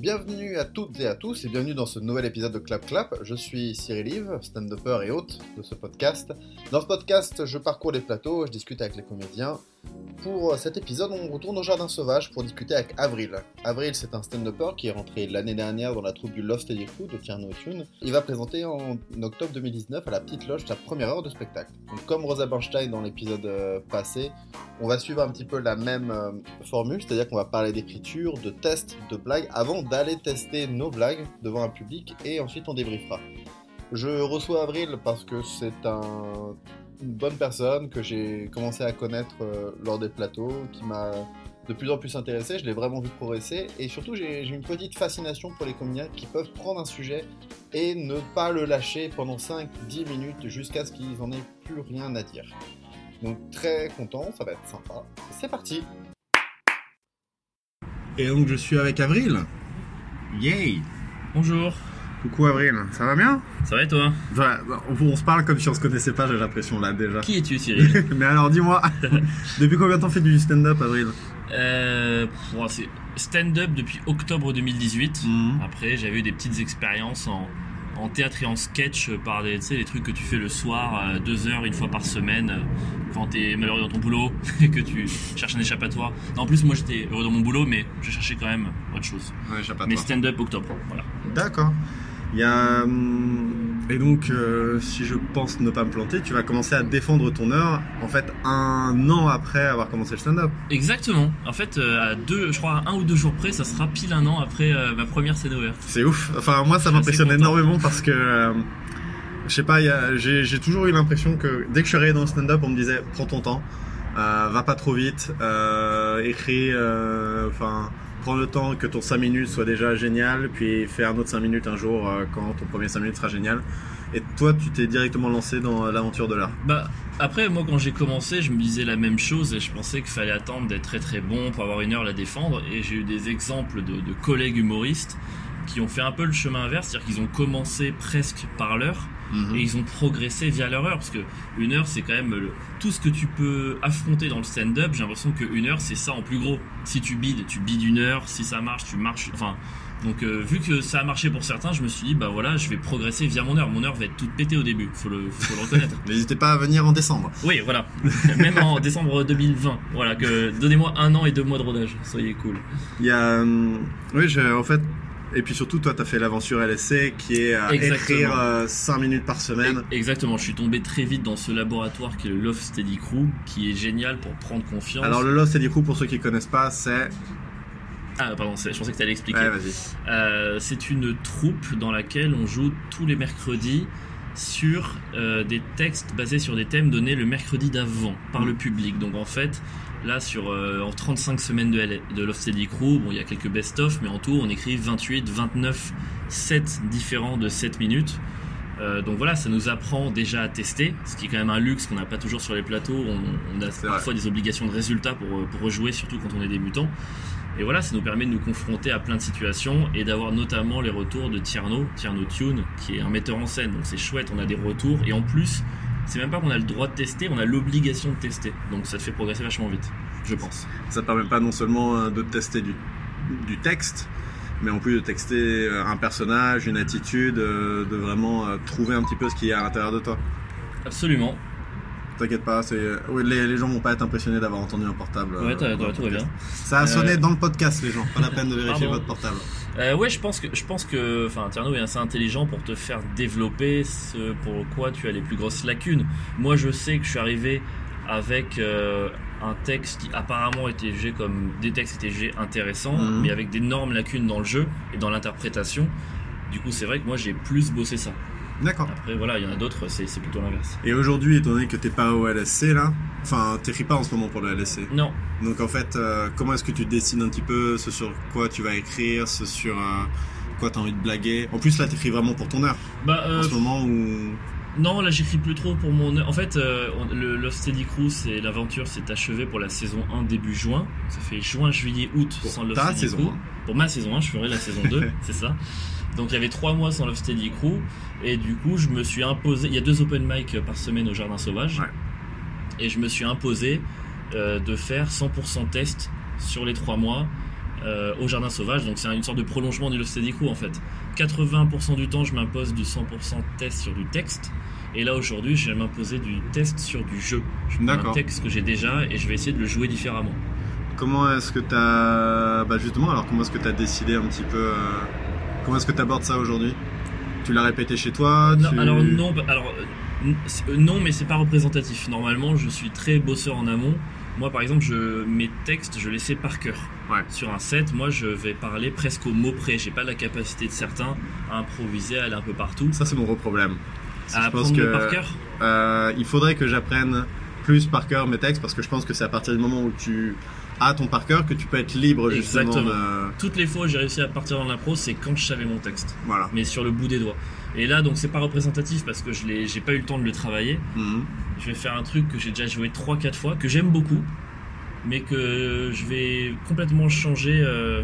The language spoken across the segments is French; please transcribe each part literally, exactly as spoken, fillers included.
Bienvenue à toutes et à tous et bienvenue dans ce nouvel épisode de Clap Clap. Je suis Cyril Yves, stand-upper et hôte de ce podcast. Dans ce podcast, je parcours les plateaux, je discute avec les comédiens. Pour cet épisode, on retourne au Jardin Sauvage pour discuter avec Avril. Avril, c'est un stand-upper qui est rentré l'année dernière dans la troupe du Love Steady Crew de Tierno et Thune. Il va présenter en octobre deux mille dix-neuf à la Petite Loge sa première heure de spectacle. Donc, comme Rosa Bernstein dans l'épisode euh, passé, on va suivre un petit peu la même euh, formule, c'est-à-dire qu'on va parler d'écriture, de tests, de blagues, avant d'aller tester nos blagues devant un public et ensuite on débriefera. Je reçois Avril parce que c'est un... une bonne personne que j'ai commencé à connaître euh, lors des plateaux, qui m'a de plus en plus intéressé, je l'ai vraiment vu progresser, et surtout j'ai, j'ai une petite fascination pour les comédiens qui peuvent prendre un sujet et ne pas le lâcher pendant cinq à dix minutes jusqu'à ce qu'ils n'en aient plus rien à dire. Donc très content, ça va être sympa. C'est parti. Et donc je suis avec Avril. Yay. Bonjour. Coucou Avril, ça va bien? Ça va et toi? Voilà, on se parle comme si on se connaissait pas, j'ai l'impression là déjà. Qui es-tu, Cyril? Mais alors dis-moi, depuis combien de temps fais-tu du stand-up, Avril? euh, bon, c'est stand-up depuis octobre deux mille dix-huit. Mmh. Après, j'avais eu des petites expériences en, en théâtre et en sketch par des, tu sais, les trucs que tu fais le soir, euh, deux heures, une fois par semaine, euh, quand t'es malheureux dans ton boulot et que tu cherches un échappatoire. Non, en plus, moi j'étais heureux dans mon boulot, mais je cherchais quand même autre chose. Ouais, échappatoire. Mais stand-up octobre, voilà. D'accord. Il y a... Et donc, euh, si je pense ne pas me planter, tu vas commencer à défendre ton heure, en fait, un an après avoir commencé le stand-up. Exactement. En fait, euh, à deux, je crois, à un ou deux jours près, ça sera pile un an après euh, ma première scène ouverte. C'est ouf. Enfin, moi, ça m'impressionne énormément parce que, euh, je sais pas, y a, j'ai, j'ai toujours eu l'impression que dès que je suis arrivé dans le stand-up, on me disait, prends ton temps, euh, va pas trop vite, euh, écris, enfin... Euh, prends le temps que ton cinq minutes soit déjà génial, puis fais un autre cinq minutes un jour euh, quand ton premier cinq minutes sera génial. Et toi, tu t'es directement lancé dans l'aventure de l'art. Bah, après, moi, quand j'ai commencé, je me disais la même chose et je pensais qu'il fallait attendre d'être très très bon pour avoir une heure à la défendre. Et j'ai eu des exemples de, de collègues humoristes qui ont fait un peu le chemin inverse, c'est-à-dire qu'ils ont commencé presque par l'heure. Mmh. Et ils ont progressé via leur heure, parce que une heure c'est quand même le, tout ce que tu peux affronter dans le stand-up. J'ai l'impression qu'une heure c'est ça en plus gros. Si tu bides, tu bides une heure. Si ça marche, tu marches. Enfin, donc euh, vu que ça a marché pour certains, je me suis dit bah voilà, je vais progresser via mon heure. Mon heure va être toute pétée au début, faut le, faut le reconnaître. N'hésitez pas à venir en décembre. Oui, voilà, même en décembre deux mille vingt. Voilà, que donnez-moi un an et deux mois de rodage, soyez cool. Il y a, euh, oui, je, en fait. Et puis surtout, toi, tu as fait l'aventure L S C qui est à Exactement. écrire euh, cinq minutes par semaine. Exactement, je suis tombé très vite dans ce laboratoire qui est le Love Steady Crew, qui est génial pour prendre confiance. Alors, le Love Steady Crew, pour ceux qui ne connaissent pas, c'est... Ah, pardon, c'est... je pensais que tu allais expliquer. Ouais, vas-y. Euh, c'est une troupe dans laquelle on joue tous les mercredis sur euh, des textes basés sur des thèmes donnés le mercredi d'avant par mmh. le public. Donc en fait... Là, sur euh, en trente-cinq semaines de, L- de Love Steady Crew, bon, il y a quelques best-of, mais en tout, on écrit vingt-huit, vingt-neuf sets différents de sept minutes. Euh, donc voilà, ça nous apprend déjà à tester, ce qui est quand même un luxe qu'on n'a pas toujours sur les plateaux. On, on a C'est parfois vrai. des obligations de résultats pour, pour rejouer, surtout quand on est débutant. Et voilà, ça nous permet de nous confronter à plein de situations et d'avoir notamment les retours de Tierno, Tierno Thune, qui est un metteur en scène. Donc c'est chouette, on a des retours. Et en plus... c'est même pas qu'on a le droit de tester, on a l'obligation de tester. Donc ça te fait progresser vachement vite, je pense. Ça te permet pas non seulement de tester du, du texte, mais en plus de texter un personnage, une attitude, de vraiment trouver un petit peu ce qu'il y a à l'intérieur de toi. Absolument. T'inquiète pas, c'est... Les, les gens vont pas être impressionnés d'avoir entendu un portable. Ouais, t'as, t'as, tout va bien. Ça a sonné euh... dans le podcast, les gens. Pas la peine de vérifier votre portable. Euh, ouais, je pense que, je pense que, enfin, Tierno est assez intelligent pour te faire développer ce pour quoi tu as les plus grosses lacunes. Moi, je sais que je suis arrivé avec euh, un texte qui apparemment était jugé comme des textes qui étaient jugés intéressants, mmh. mais avec d'énormes lacunes dans le jeu et dans l'interprétation. Du coup, c'est vrai que moi, j'ai plus bossé ça. D'accord. Après, voilà, il y en a d'autres, c'est, c'est plutôt l'inverse. Et aujourd'hui, étant donné que t'es pas au L S C là, enfin, t'écris pas en ce moment pour le L S C. Non. Donc en fait, euh, comment est-ce que tu décides un petit peu ce sur quoi tu vas écrire, ce sur euh, quoi t'as envie de blaguer? En plus, là, t'écris vraiment pour ton heure. Bah, euh, en ce moment où... Non, là, j'écris plus trop pour mon heure. En fait, euh, le Love Steady Crew, c'est l'aventure s'est achevée pour la saison un début juin. Ça fait juin, juillet, août pour sans Love Steady Crew. Pour ma saison un, je ferai la saison deux, c'est ça. Donc il y avait trois mois sans Love Steady Crew et du coup je me suis imposé, il y a deux open mic par semaine au Jardin Sauvage ouais. et je me suis imposé euh, de faire cent pour cent test sur les trois mois euh, au Jardin Sauvage, donc c'est une sorte de prolongement du Lost Steady Crew en fait. quatre-vingts pour cent du temps, je m'impose du cent pour cent test sur du texte. Et là aujourd'hui, je vais m'imposer du test sur du jeu. Je prends D'accord. un texte que j'ai déjà et je vais essayer de le jouer différemment. Comment est-ce que tu as... Bah justement, alors comment est-ce que tu as décidé un petit peu... Euh... Comment est-ce que tu abordes ça aujourd'hui? Tu l'as répété chez toi? Non, tu... alors non, alors, euh, non, mais c'est pas représentatif. Normalement, je suis très bosseur en amont. Moi, par exemple, je, mes textes, je les sais par cœur. Ouais. Sur un set, moi, je vais parler presque au mot près. J'ai pas la capacité de certains à improviser, à aller un peu partout. Ça, c'est mon gros problème. À Je pense apprendre que par cœur. euh, il faudrait que j'apprenne plus par cœur mes textes parce que je pense que c'est à partir du moment où tu as ton par cœur que tu peux être libre justement. Exactement. De... Toutes les fois où j'ai réussi à partir dans l'impro, c'est quand je savais mon texte. Voilà. Mais sur le bout des doigts. Et là, donc, c'est pas représentatif parce que je l'ai, j'ai pas eu le temps de le travailler. Mmh. Je vais faire un truc que j'ai déjà joué trois quatre fois, que j'aime beaucoup, mais que je vais complètement changer, euh,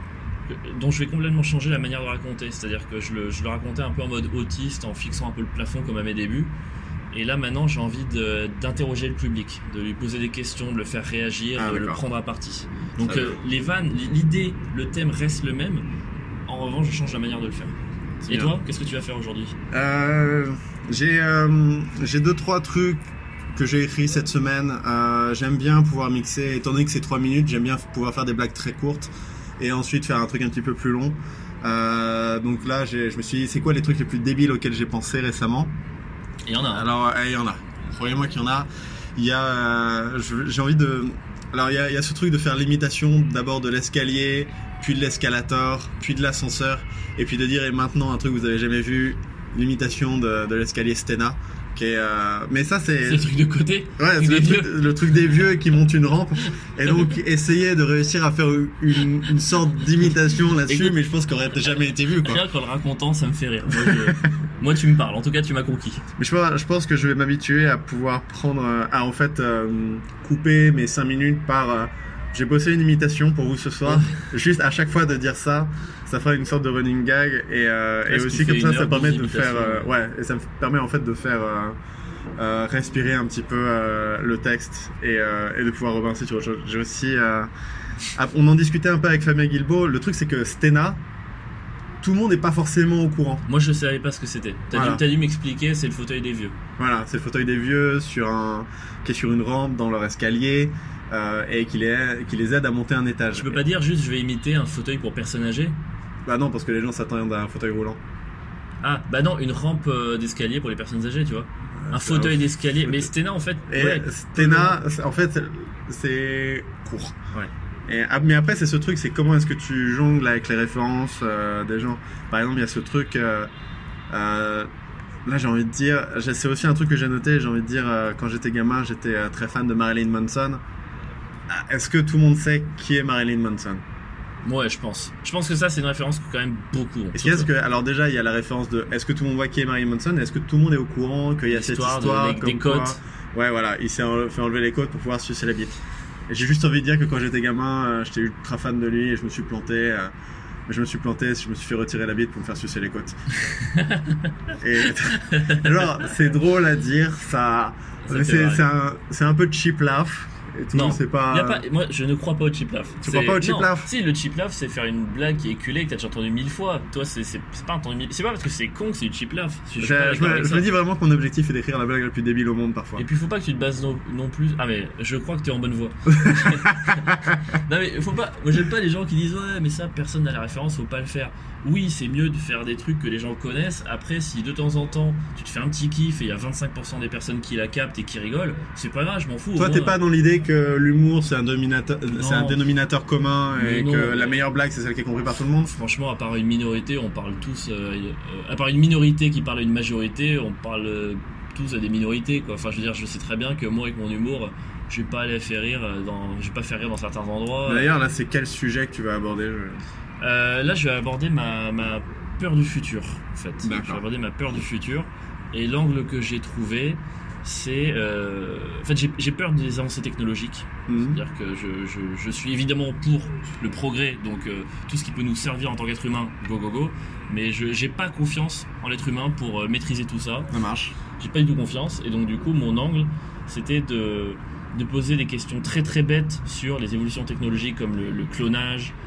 dont je vais complètement changer la manière de raconter. C'est-à-dire que je le, je le racontais un peu en mode autiste, en fixant un peu le plafond comme à mes débuts. Et là maintenant j'ai envie de, d'interroger le public, de lui poser des questions, de le faire réagir, Ah, de le d'accord. prendre à partie. Donc Très euh, les vannes, l'idée, le thème reste le même. En revanche, je change la manière de le faire. C'est Et bien. toi, qu'est-ce que tu vas faire aujourd'hui? Euh, j'ai, euh, j'ai deux trois trucs que j'ai écrits cette semaine. Euh, j'aime bien pouvoir mixer, étant donné que c'est trois minutes, j'aime bien pouvoir faire des blagues très courtes et ensuite faire un truc un petit peu plus long. Euh, donc là, j'ai, je me suis dit, c'est quoi les trucs les plus débiles auxquels j'ai pensé récemment? Il y en a. hein. Alors, il y en a. Croyez-moi qu'il y en a. Il y a, euh, je- j'ai envie de. Alors, il y, a, il y a ce truc de faire l'imitation d'abord de l'escalier, puis de l'escalator, puis de l'ascenseur, et puis de dire, et maintenant, un truc que vous avez jamais vu, l'imitation de, de l'escalier Stena. Qui est, euh, mais ça, c'est. C'est le truc de côté. Ouais, c'est des le truc, vieux. le truc des vieux qui montent une rampe. Et donc, essayer de réussir à faire une, une sorte d'imitation là-dessus, Écoute, mais je pense qu'aurait jamais été vu, quoi. Rien qu'en le racontant, ça me fait rire. Moi, je- Moi, tu me parles. En tout cas, tu m'as conquis. Mais je pense, je pense que je vais m'habituer à pouvoir prendre, euh, à en fait euh, couper mes cinq minutes par. euh, j'ai bossé une imitation pour vous ce soir. Juste à chaque fois de dire ça, ça fera une sorte de running gag et, euh, Ouais, et ce aussi qui comme fait ça, une ça heure, permet douze de faire, euh, imitations. ouais, et ça me permet en fait de faire euh, euh, respirer un petit peu euh, le texte et, euh, et de pouvoir repenser sur autre chose. J'ai aussi, euh, ah, on en discutait un peu avec Fabien Guilbeault. Le truc c'est que Stena, tout le monde n'est pas forcément au courant. Moi, je savais pas ce que c'était. T'as Voilà. dû, t'as dû m'expliquer, c'est le fauteuil des vieux. Voilà, c'est le fauteuil des vieux sur un, qui est sur une rampe dans leur escalier euh, et qui les, qui les aide à monter un étage. Je peux pas dire juste je vais imiter un fauteuil pour personnes âgées. Bah non, parce que les gens s'attendent à un fauteuil roulant. Ah, bah non, une rampe euh, d'escalier pour les personnes âgées, tu vois. Un c'est fauteuil un- d'escalier. Mais Stena, en fait. Et ouais, Stena, c'est- en fait, c'est court. Ouais. Et, ah, mais après, c'est ce truc, c'est comment est-ce que tu jongles avec les références euh, des gens. Par exemple, il y a ce truc. Euh, euh, là, j'ai envie de dire. j'ai- C'est aussi un truc que j'ai noté. J'ai envie de dire, euh, quand j'étais gamin, j'étais euh, très fan de Marilyn Manson. Ah, Est-ce que tout le monde sait qui est Marilyn Manson? Ouais, je pense. Je pense que ça, c'est une référence que quand même beaucoup ont. Est-ce qu'est-ce que, alors déjà, il y a la référence de est-ce que tout le monde voit qui est Marilyn Manson? Est-ce que tout le monde est au courant qu'il y a cette L'histoire de- histoire des- comme des quoi- côtes. Ouais, voilà, il s'est en- fait enlever les côtes pour pouvoir sucer la bite. Et j'ai juste envie de dire que quand j'étais gamin, euh, j'étais ultra fan de lui et je me suis planté. euh, je me suis planté, je me suis fait retirer la bite pour me faire sucer les côtes. et genre, c'est drôle à dire, ça. Ça mais fait c'est marrer. c'est un, c'est un peu cheap laugh. Et tout, Non, c'est pas. Y a pas. Moi, je ne crois pas au cheap laugh. Tu crois pas au cheap non, laugh? Si, le cheap laugh, c'est faire une blague qui est éculée que t'as déjà entendu mille fois. Toi, c'est, c'est, c'est pas entendu mille. C'est pas parce que c'est con que c'est du cheap laugh. Je, suis Je, pas je d'accord me, avec je ça. me dis vraiment que mon objectif est d'écrire la blague la plus débile au monde parfois. Et puis, faut pas que tu te bases non, non plus. Ah, mais je crois que t'es en bonne voie. Non, mais faut pas. Moi, j'aime pas les gens qui disent ouais, mais ça, personne n'a la référence, faut pas le faire. Oui, c'est mieux de faire des trucs que les gens connaissent. Après, si de temps en temps tu te fais un petit kiff et il y a vingt-cinq pour cent des personnes qui la captent et qui rigolent, c'est pas grave, je m'en fous. au Toi, t'es moins. pas dans l'idée que l'humour c'est un, dominateur, c'est un Non. dénominateur commun et Mais que non, la mais- meilleure blague c'est celle qui est comprise par tout le monde? Franchement, à part une minorité, on parle tous. euh, euh, à part une minorité qui parle à une majorité, on parle euh, tous à des minorités, quoi. Enfin, je veux dire, je sais très bien que moi, avec mon humour, je vais pas aller faire rire euh, dans, je vais pas faire rire dans certains endroits. D'ailleurs, là, c'est quel sujet que tu vas aborder? je- Euh, là, je vais aborder ma, ma peur du futur, en fait. D'accord. Je vais aborder ma peur du futur. Et l'angle que j'ai trouvé, c'est. euh, En fait, j'ai, j'ai peur des avancées technologiques. Mhm. C'est-à-dire que je, je, je suis évidemment pour le progrès, donc euh, tout ce qui peut nous servir en tant qu'être humain, go go go. Mais je j'ai pas confiance en l'être humain pour euh, maîtriser tout ça. Ça marche. J'ai pas du tout confiance. Et donc, du coup, mon angle, c'était de, de poser des questions très très bêtes sur les évolutions technologiques comme le, le clonage,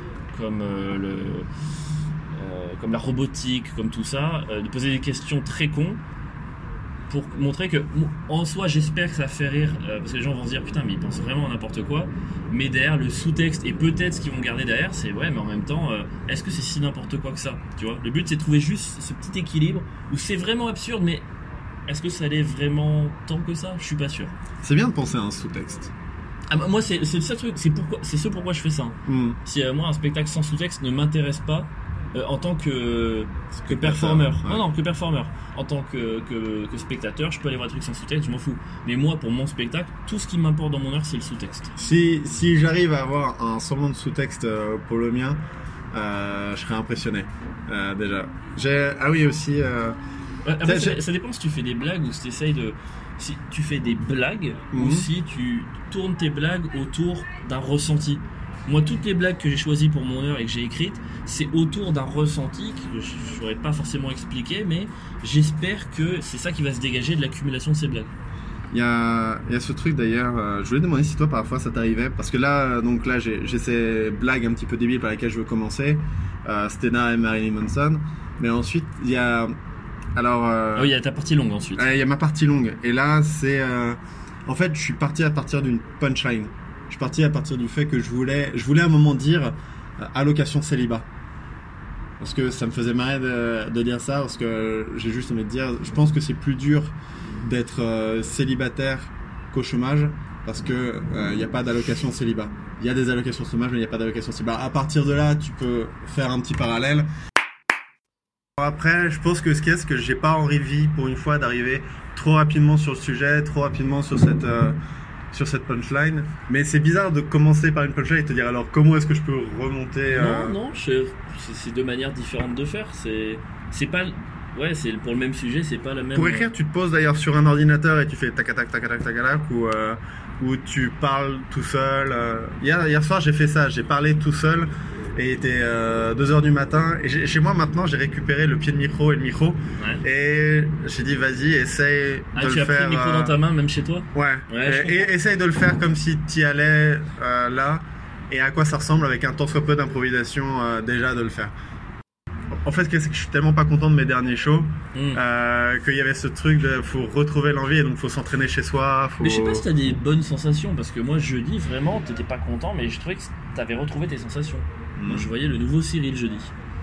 comme euh, le euh, comme la robotique, comme tout ça, euh, de poser des questions très cons pour montrer que, en soi, j'espère que ça fait rire, euh, parce que les gens vont se dire putain, mais ils pensent vraiment à n'importe quoi. Mais derrière, le sous-texte et peut-être ce qu'ils vont garder derrière, c'est ouais, mais en même temps, euh, est-ce que c'est si n'importe quoi que ça, tu vois? Le but, c'est de trouver juste ce petit équilibre où c'est vraiment absurde, mais est-ce que ça l'est vraiment tant que ça? Je suis pas sûr. C'est bien de penser à un sous-texte. Ah bah, moi, c'est, c'est le seul truc, c'est pourquoi, c'est ce pourquoi je fais ça. Mm. Si euh, moi, un spectacle sans sous-texte ne m'intéresse pas. Euh, en tant que, que performeur, ouais. non non que performeur, en tant que, que, que spectateur, je peux aller voir des trucs sans sous-texte, je m'en fous. Mais moi, pour mon spectacle, tout ce qui m'importe dans mon heure, c'est le sous-texte. Si, si j'arrive à avoir un semblant de sous-texte euh, pour le mien, euh, je serais impressionné. Euh, déjà. J'ai... Ah oui aussi. Euh... Ouais, après, ça, ça dépend si tu fais des blagues ou si tu essayes de. Si tu fais des blagues mm-hmm. ou si tu tournes tes blagues autour d'un ressenti. Moi, toutes les blagues que j'ai choisies pour mon heure et que j'ai écrites, c'est autour d'un ressenti que je ne saurais pas forcément expliquer, mais j'espère que c'est ça qui va se dégager de l'accumulation de ces blagues. Il y a, il y a ce truc d'ailleurs, euh, je voulais demander si toi parfois ça t'arrivait, parce que là, donc là j'ai, j'ai ces blagues un petit peu débiles par lesquelles je veux commencer, euh, Stena et Marilyn Manson, mais ensuite il y a... Alors, euh, oh, il y a ta partie longue ensuite. Euh, il y a ma partie longue, et là c'est... Euh, en fait, je suis parti à partir d'une punchline. Je suis parti à partir du fait que je voulais, je voulais à un moment dire euh, allocation célibat. Parce que ça me faisait marrer de, de dire ça, parce que j'ai juste envie de dire, je pense que c'est plus dur d'être euh, célibataire qu'au chômage, parce que il euh, n'y a pas d'allocation célibat. Il y a des allocations chômage, mais il n'y a pas d'allocation célibat. À partir de là, tu peux faire un petit parallèle. Après, je pense que ce qu'il y a, c'est que j'ai pas envie, pour une fois, d'arriver trop rapidement sur le sujet, trop rapidement sur cette... Euh, sur cette punchline, mais c'est bizarre de commencer par une punchline et te dire alors comment est-ce que je peux remonter euh... Non, non, je, c'est, c'est deux manières différentes de faire. C'est, c'est pas, ouais, c'est pour le même sujet, c'est pas la même. Pour écrire, tu te poses d'ailleurs sur un ordinateur et tu fais tac tac tac tac tac tac ou euh, ou tu parles tout seul. Euh... Hier, hier soir, j'ai fait ça, j'ai parlé tout seul. Et il était euh, deux heures du matin et chez moi maintenant j'ai récupéré le pied de micro et le micro ouais. Et j'ai dit vas-y essaye ah, de tu le as faire. pris le micro euh... dans ta main même chez toi. Ouais, ouais et, et essaye de le faire comme si tu y allais euh, là et à quoi ça ressemble avec un tant soit peu d'improvisation euh, déjà de le faire. En fait, c'est que je suis tellement pas content de mes derniers shows mm. euh, qu'il y avait ce truc de faut retrouver l'envie et donc faut s'entraîner chez soi. Faut... Mais je sais pas si t'as des bonnes sensations parce que moi jeudi vraiment t'étais pas content mais je trouvais que t'avais retrouvé tes sensations. Mm. Moi je voyais le nouveau Cyril jeudi.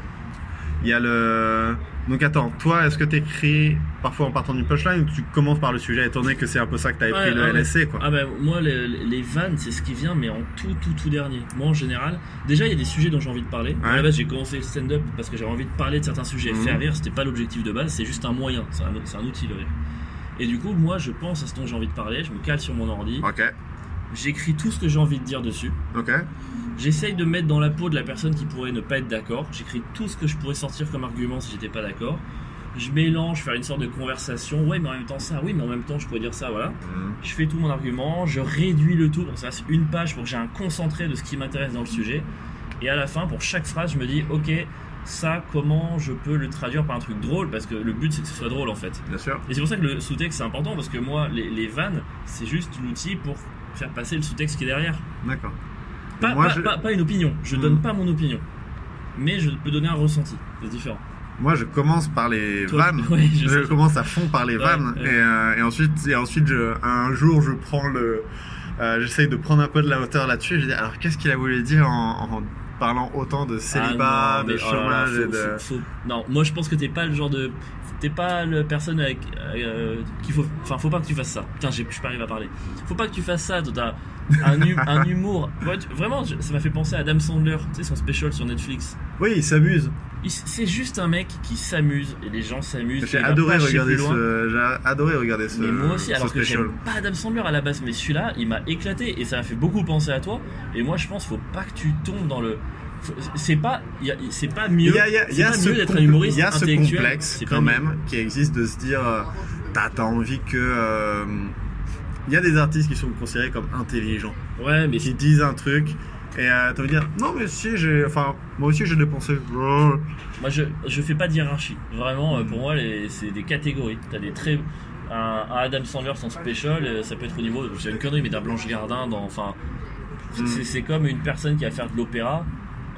Il y a le. Donc attends, toi est-ce que t'écris parfois en partant d'une punchline ou tu commences par le sujet étant donné que c'est un peu ça que t'avais ouais, pris le ah, L S C quoi. Ah ben moi les, les vannes c'est ce qui vient mais en tout tout tout dernier. Moi en général, déjà il y a des sujets dont j'ai envie de parler. Ouais. À la base j'ai commencé le stand-up parce que j'avais envie de parler de certains sujets. Mm-hmm. Faire rire c'était pas l'objectif de base, c'est juste un moyen, c'est un, c'est un outil le rire. Et du coup moi je pense à ce dont j'ai envie de parler, je me cale sur mon ordi. Ok. J'écris tout ce que j'ai envie de dire dessus. Ok. J'essaye de me mettre dans la peau de la personne qui pourrait ne pas être d'accord. J'écris tout ce que je pourrais sortir comme argument si j'étais pas d'accord. Je mélange, faire une sorte de conversation. Ouais, mais en même temps ça. Oui, mais en même temps je pourrais dire ça. Voilà. Mmh. Je fais tout mon argument. Je réduis le tout. Donc ça c'est une page pour que j'ai un concentré de ce qui m'intéresse dans le sujet. Et à la fin, pour chaque phrase, je me dis ok, ça comment je peux le traduire par un truc drôle parce que le but c'est que ce soit drôle en fait. Bien sûr. Et c'est pour ça que le sous-texte c'est important parce que moi les, les vannes c'est juste l'outil pour faire passer le sous-texte qui est derrière. D'accord. Pas, moi, pas, je... pas, pas une opinion, je mmh. donne pas mon opinion, mais je peux donner un ressenti, c'est différent. Moi je commence par les Toi, vannes, ouais, je, je commence à fond par les ouais, vannes ouais. Et, euh, et ensuite, et ensuite je, un jour je prends le, euh, j'essaye de prendre un peu de la hauteur là-dessus et je dis alors qu'est-ce qu'il a voulu dire en, en parlant autant de célibat, ah non, de chômage oh là là, faut, et de... Faut, faut... Non, moi je pense que t'es pas le genre de... T'es pas la personne avec... Euh, qu'il faut... Enfin, faut pas que tu fasses ça. Putain, je suis pas arrivé à parler. Faut pas que tu fasses ça, t'as un, hum... un humour... Vraiment, ça m'a fait penser à Adam Sandler, tu sais, son special sur Netflix. Oui, il s'amuse. Il... C'est juste un mec qui s'amuse, et les gens s'amusent. J'ai adoré regarder ce... J'ai adoré regarder ce... Mais moi aussi, alors que special. J'aime pas Adam Sandler à la base, mais celui-là, il m'a éclaté, et ça m'a fait beaucoup penser à toi. Et moi, je pense faut pas que tu tombes dans le... C'est pas, y a, c'est pas mieux, il y a, y a, c'est y a pas ce mieux d'être compl- un humoriste il y a ce intellectuel. complexe quand même qui existe de se dire, euh, t'as, t'as envie que, euh, il y a des artistes qui sont considérés comme intelligents, ouais, mais qui c'est... disent un truc et euh, t'as envie de dire, non mais si j'ai, enfin moi aussi j'ai dépensé. Moi je, je fais pas de hiérarchie, vraiment. Pour moi les, c'est des catégories. T'as des très, un, un Adam Sandler son special, ça peut être au niveau, c'est une connerie mais d'un Blanche Gardin dans, enfin, mm. c'est, c'est comme une personne qui va faire de l'opéra.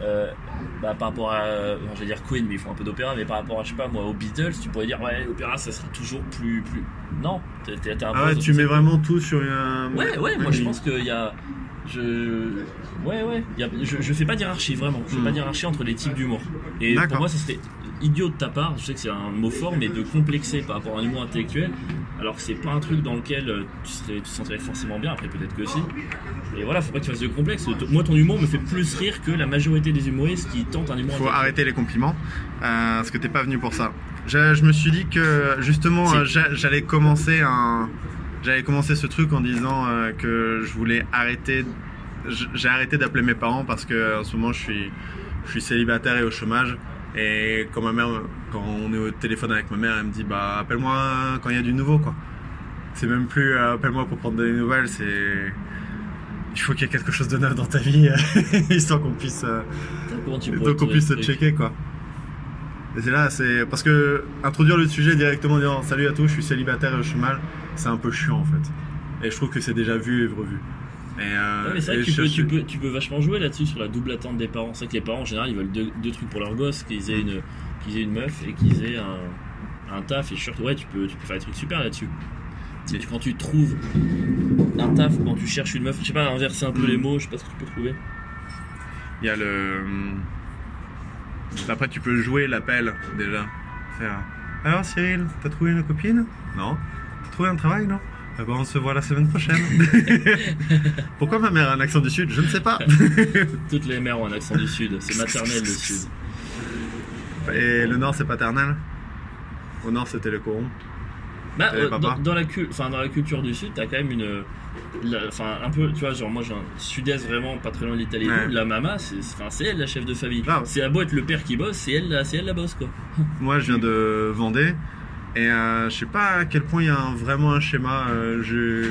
Euh, bah, par rapport à, euh, je vais dire Queen, mais ils font un peu d'opéra, mais par rapport à, je sais pas moi, aux Beatles, tu pourrais dire ouais, l'opéra ça sera toujours plus, plus. Non, t'es, t'es, t'es un Ah ouais, tu mets vraiment tout sur un. Ouais, ouais, moi je pense qu'il y a. Je. Ouais, ouais, il y a... je, je fais pas d'hierarchie vraiment, je fais Mm. pas d'hierarchie entre les types d'humour. Et D'accord. pour moi, ça serait idiot de ta part, je sais que c'est un mot fort, mais de complexer par rapport à un humour intellectuel, alors que c'est pas un truc dans lequel euh, tu, serais, tu te sentirais forcément bien, après peut-être que si. Et voilà, faut pas que tu fasses de complexe. Moi, ton humour me fait plus rire que la majorité des humoristes qui tentent un humour Faut intellectuel. arrêter les compliments, euh, parce que t'es pas venu pour ça. Je, je me suis dit que justement Si. euh, j'a- j'allais commencer un, j'allais commencer ce truc en disant euh, que je voulais arrêter. j- J'ai arrêté d'appeler mes parents parce que en ce moment je suis, je suis célibataire et au chômage. Et quand ma mère, quand on est au téléphone avec ma mère, elle me dit bah appelle-moi quand il y a du nouveau quoi. C'est même plus euh, appelle-moi pour prendre des nouvelles, c'est il faut qu'il y ait quelque chose de neuf dans ta vie, histoire qu'on puisse, euh, Comment tu pourrais donc on trouver puisse ce se truc checker quoi. Et c'est là, c'est parce que introduire le sujet directement en disant salut à tous, je suis célibataire et au chômage, c'est un peu chiant en fait. Et je trouve que c'est déjà vu et revu. Et, euh, Ouais, mais c'est vrai et que tu je peux, suis- tu, peux, tu peux vachement jouer là-dessus sur la double attente des parents. C'est vrai que les parents en général ils veulent deux, deux trucs pour leur gosse, qu'ils aient une, qu'ils aient une meuf et qu'ils aient un, un taf. Et je suis sûr que ouais, tu peux, tu peux faire des trucs super là-dessus. Mais tu- quand tu trouves un taf, quand tu cherches une meuf, je sais pas, inverser un peu Mm. les mots, je sais pas ce que tu peux trouver. Il y a le. Après, tu peux jouer l'appel déjà. Faire. Alors Cyril, t'as trouvé une copine? Non. T'as trouvé un travail? Non. Eh ben, on se voit la semaine prochaine. Pourquoi ma mère a un accent du sud? Je ne sais pas. Toutes les mères ont un accent du sud, c'est maternel le sud. Et le nord, c'est paternel. Au nord, c'était le coron. Bah, T'avais euh, pas dans, peur dans la cu- enfin, dans la culture du sud, t'as quand même une. la- Enfin, un peu, tu vois, genre moi j'ai un sud-est vraiment pas très loin de l'Italie. et Ouais. tout. La maman, c'est c'est- enfin, c'est elle la chef de famille. Grave. C'est à beau être le père qui bosse, c'est elle, la- c'est elle la bosse quoi. Moi, je viens de Vendée. Et euh, je sais pas à quel point il y a un- vraiment un schéma. euh, je...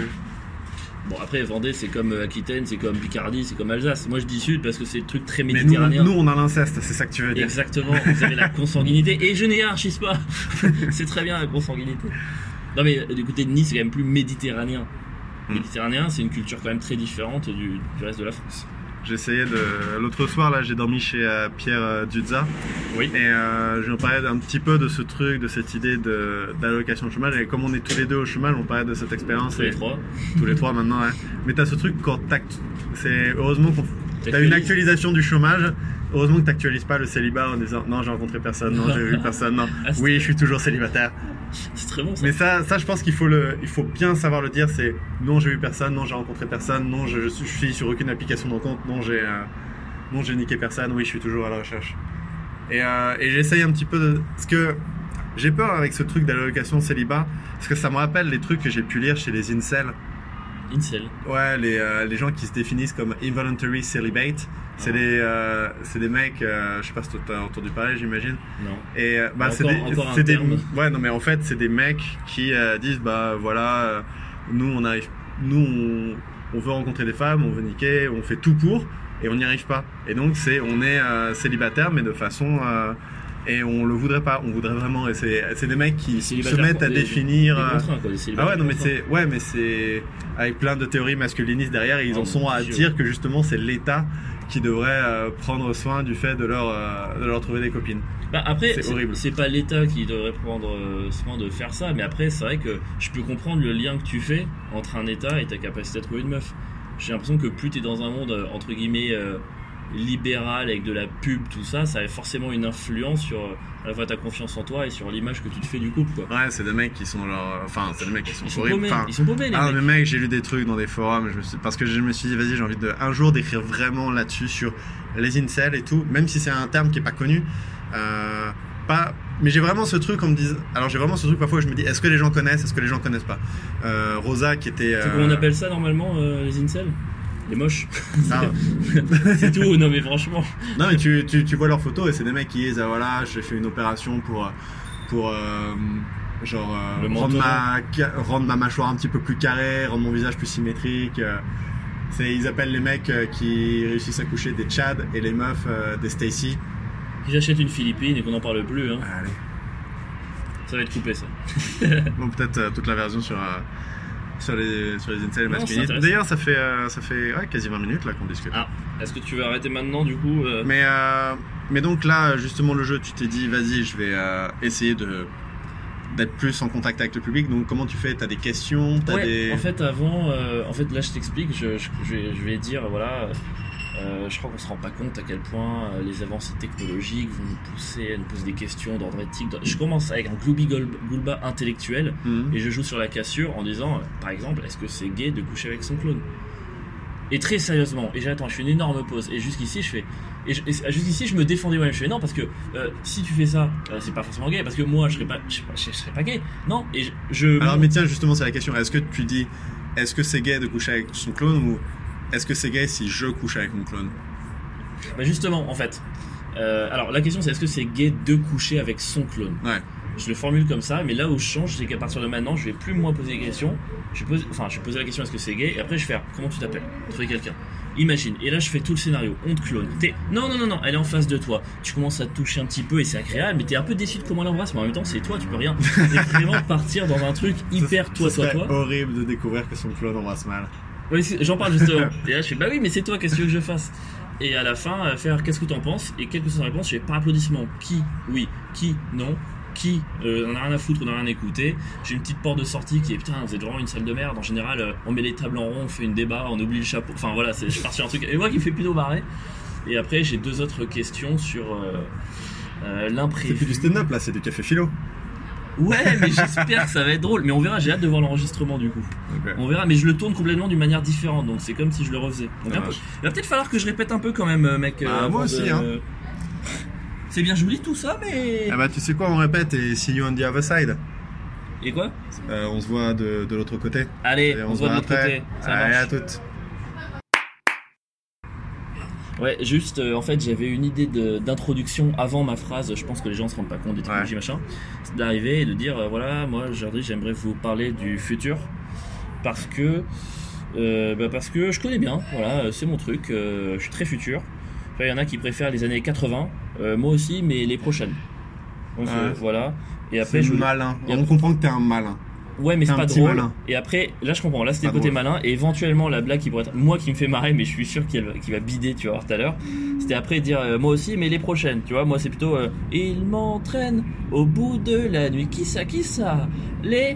Bon, après, Vendée, c'est comme euh, Aquitaine, c'est comme Picardie, c'est comme Alsace. Moi, je dis sud parce que c'est le truc très Mais nous, méditerranéen. nous, on a l'inceste, c'est ça que tu veux dire. Exactement, vous avez la consanguinité. Et je n'hiérarchise pas. C'est très bien la consanguinité. Non, mais euh, du côté de Nice, c'est quand même plus méditerranéen. Hmm. Méditerranéen, c'est une culture quand même très différente du, du reste de la France. J'essayais de. L'autre soir, là, j'ai dormi chez euh, Pierre euh, Duzza. Oui. Et euh, je lui parlais un petit peu de ce truc, de cette idée de- d'allocation de chômage. Et comme on est tous les deux au chômage, on parlait de cette expérience. Tous et- les trois. Tous les trois maintenant, ouais. Mais t'as ce truc quand t'act... C'est heureusement qu'on. T'as T'actualises. une actualisation du chômage. Heureusement que t'actualises pas le célibat en disant non, j'ai rencontré personne, non, j'ai vu personne, non. Ah, c'est- Oui, je suis toujours célibataire. C'est très bon ça. Mais ça, ça je pense qu'il faut, le, il faut bien savoir le dire. C'est non, j'ai vu personne, non, j'ai rencontré personne, non, je, je suis sur aucune application de rencontre, non, j'ai, euh, non, j'ai niqué personne. Oui, je suis toujours à la recherche. Et, euh, et j'essaye un petit peu de, parce que j'ai peur avec ce truc d'allocation célibat, parce que ça me rappelle les trucs que j'ai pu lire chez les incels. Incel. Ouais, les, euh, les gens qui se définissent comme involuntary celibate, c'est Ah. des, euh, c'est des mecs, euh, je sais pas si t'as entendu parler, j'imagine. Non. Et euh, bah, Encore- c'est des, encore un c'est des- terme. ouais, non mais en fait c'est des mecs qui euh, disent bah voilà, euh, nous on arrive, nous on, on veut rencontrer des femmes, on veut niquer, on fait tout pour et on n'y arrive pas. Et donc c'est, on est euh, célibataire mais de façon euh, et on le voudrait pas, on voudrait vraiment. Et c'est, c'est des mecs qui Des se célibataires mettent à des- définir. Des euh, contraints, quoi, des ah célibataires ouais, non mais contraints. c'est, ouais mais c'est avec plein de théories masculinistes derrière et ils Oh en sont mon à Dieu. dire que justement c'est l'État qui devrait euh, prendre soin du fait de leur, euh, de leur trouver des copines. Bah après, C'est c'est horrible. c'est pas l'État qui devrait prendre euh, soin de faire ça, mais après, c'est vrai que je peux comprendre le lien que tu fais entre un État et ta capacité à trouver une meuf. J'ai l'impression que plus t'es dans un monde, euh, entre guillemets, euh, libéral, avec de la pub, tout ça, ça a forcément une influence sur euh, à la fois ta confiance en toi et sur l'image que tu te fais du couple, quoi. Ouais, c'est des mecs qui sont leur... Enfin, c'est des mecs qui sont, Ils sont horribles. paumés, Enfin, ils sont paumés, les ah, mecs. mais mec, j'ai lu des trucs dans des forums, je me suis... parce que je me suis dit, vas-y, j'ai envie de un jour d'écrire vraiment là-dessus, sur les incels et tout, même si c'est un terme qui est pas connu. Euh, pas... Mais j'ai vraiment ce truc, on me dit... Alors j'ai vraiment ce truc parfois où je me dis, est-ce que les gens connaissent, est-ce que les gens connaissent pas euh, Rosa qui était... C'est euh, comment on appelle ça normalement, euh, les incels? Les moches. Ah, C'est tout, non mais franchement. non mais tu, tu, tu vois leurs photos et c'est des mecs qui disent, ah, voilà, j'ai fait une opération pour... pour euh, genre euh, Le rendre, menton. ma, ca- rendre ma mâchoire un petit peu plus carrée, rendre mon visage plus symétrique. euh. C'est, ils appellent les mecs euh, qui réussissent à coucher des Chad et les meufs euh, des Stacy. Si j'achète une Philippine et qu'on n'en parle plus, hein, Allez. ça va être coupé ça. Bon, peut-être euh, toute la version sur, euh, sur les, sur les incels Non, masculins. c'est intéressant. D'ailleurs, ça fait, euh, ça fait ouais, quasi vingt minutes là qu'on discute. Ah, Est-ce que tu veux arrêter maintenant du coup euh... Mais, euh, mais donc là, justement, le jeu, tu t'es dit, vas-y, je vais euh, essayer de, d'être plus en contact avec le public. Donc comment tu fais? T'as des questions? T'as ouais, des... en fait, avant, euh, en fait, là, je t'explique, je, je, je, vais, je vais dire, voilà, euh, je crois qu'on se rend pas compte à quel point euh, les avancées technologiques vont nous pousser à nous poser des questions d'ordre éthique. Je commence avec un gloubi-goulba intellectuel mmh. et je joue sur la cassure en disant, euh, par exemple, est-ce que c'est gay de coucher avec son clone? Et très sérieusement, et j'attends, je fais une énorme pause, et jusqu'ici je fais, et, je, et jusqu'ici je me défendais moi-même, je fais non parce que euh, si tu fais ça, euh, c'est pas forcément gay, parce que moi je serais pas, je serais pas, je serais pas gay, non, et je, je... Alors mais tiens, justement c'est la question, est-ce que tu dis, est-ce que c'est gay de coucher avec son clone, ou est-ce que c'est gay si je couche avec mon clone? Bah justement, en fait, euh, alors la question c'est est-ce que c'est gay de coucher avec son clone? Ouais. Je le formule comme ça, mais là où je change, c'est qu'à partir de maintenant, je vais plus moi poser des questions. Je pose, enfin, je vais poser la question est-ce que c'est gay, et après je vais faire comment tu t'appelles, trouver quelqu'un. Imagine, et là je fais tout le scénario, on te clone. T'es, non non non non, elle est en face de toi. Tu commences à te toucher un petit peu et c'est agréable, mais t'es un peu déçu de comment elle embrasse, mais en même temps c'est toi, tu peux rien. Et vraiment partir dans un truc hyper toi toi toi. C'est horrible de découvrir que son clone embrasse mal. Oui, j'en parle justement. Et là je fais bah oui, mais c'est toi, qu'est-ce que tu veux que je fasse? Et à la fin, faire qu'est-ce que t'en penses, et quelle que soit sa réponse, je fais par applaudissement. Qui? Oui. Qui? Non. Qui euh, on a rien à foutre, on a rien à écouter. J'ai une petite porte de sortie qui est putain, vous êtes vraiment une salle de merde. En général, euh, on met les tables en rond, on fait une débat, on oublie le chapeau. Enfin voilà, c'est, je suis parti sur un truc. Et moi qui me fait plutôt marrer. Et après, j'ai deux autres questions sur euh, euh, l'imprévu. C'est plus du stand-up là, c'est du café philo. Ouais, mais j'espère que ça va être drôle. Mais on verra, j'ai hâte de voir l'enregistrement du coup. Okay. On verra, mais je le tourne complètement d'une manière différente. Donc c'est comme si je le refaisais. Donc, peu... Il va peut-être falloir que je répète un peu quand même, mec. Ah, euh, moi aussi, de... hein. C'est bien joli tout ça, mais... Ah bah tu sais quoi, on répète et see you on the other side. Et quoi euh, On se voit de, de l'autre côté. Allez, on, on se voit de l'autre côté. Ça Allez, marche. à toutes. Ouais, juste, euh, en fait, j'avais une idée de, d'introduction avant ma phrase. Je pense que les gens se rendent pas compte des technologies, ouais. machin. C'est d'arriver et de dire, euh, voilà, moi aujourd'hui, j'aimerais vous parler du futur. Parce que... Euh, bah parce que je connais bien, voilà, c'est mon truc. Euh, je suis très futur. Il y en a qui préfèrent les années quatre-vingts, euh, moi aussi, mais les prochaines. Donc ouais. euh, voilà. Et après, c'est je... malin. Et on comprend que t'es un malin. Ouais, mais t'es c'est pas drôle. Malin. Et après, là je comprends. Là c'était pas le côté drôle. malin. Et éventuellement la blague qui pourrait être moi qui me fait marrer, mais je suis sûr qu'il va, qu'il va bider, tu vas voir tout à l'heure. C'était après dire euh, moi aussi, mais les prochaines. Tu vois, moi c'est plutôt euh, il m'entraîne au bout de la nuit. Qui ça, qui ça? Les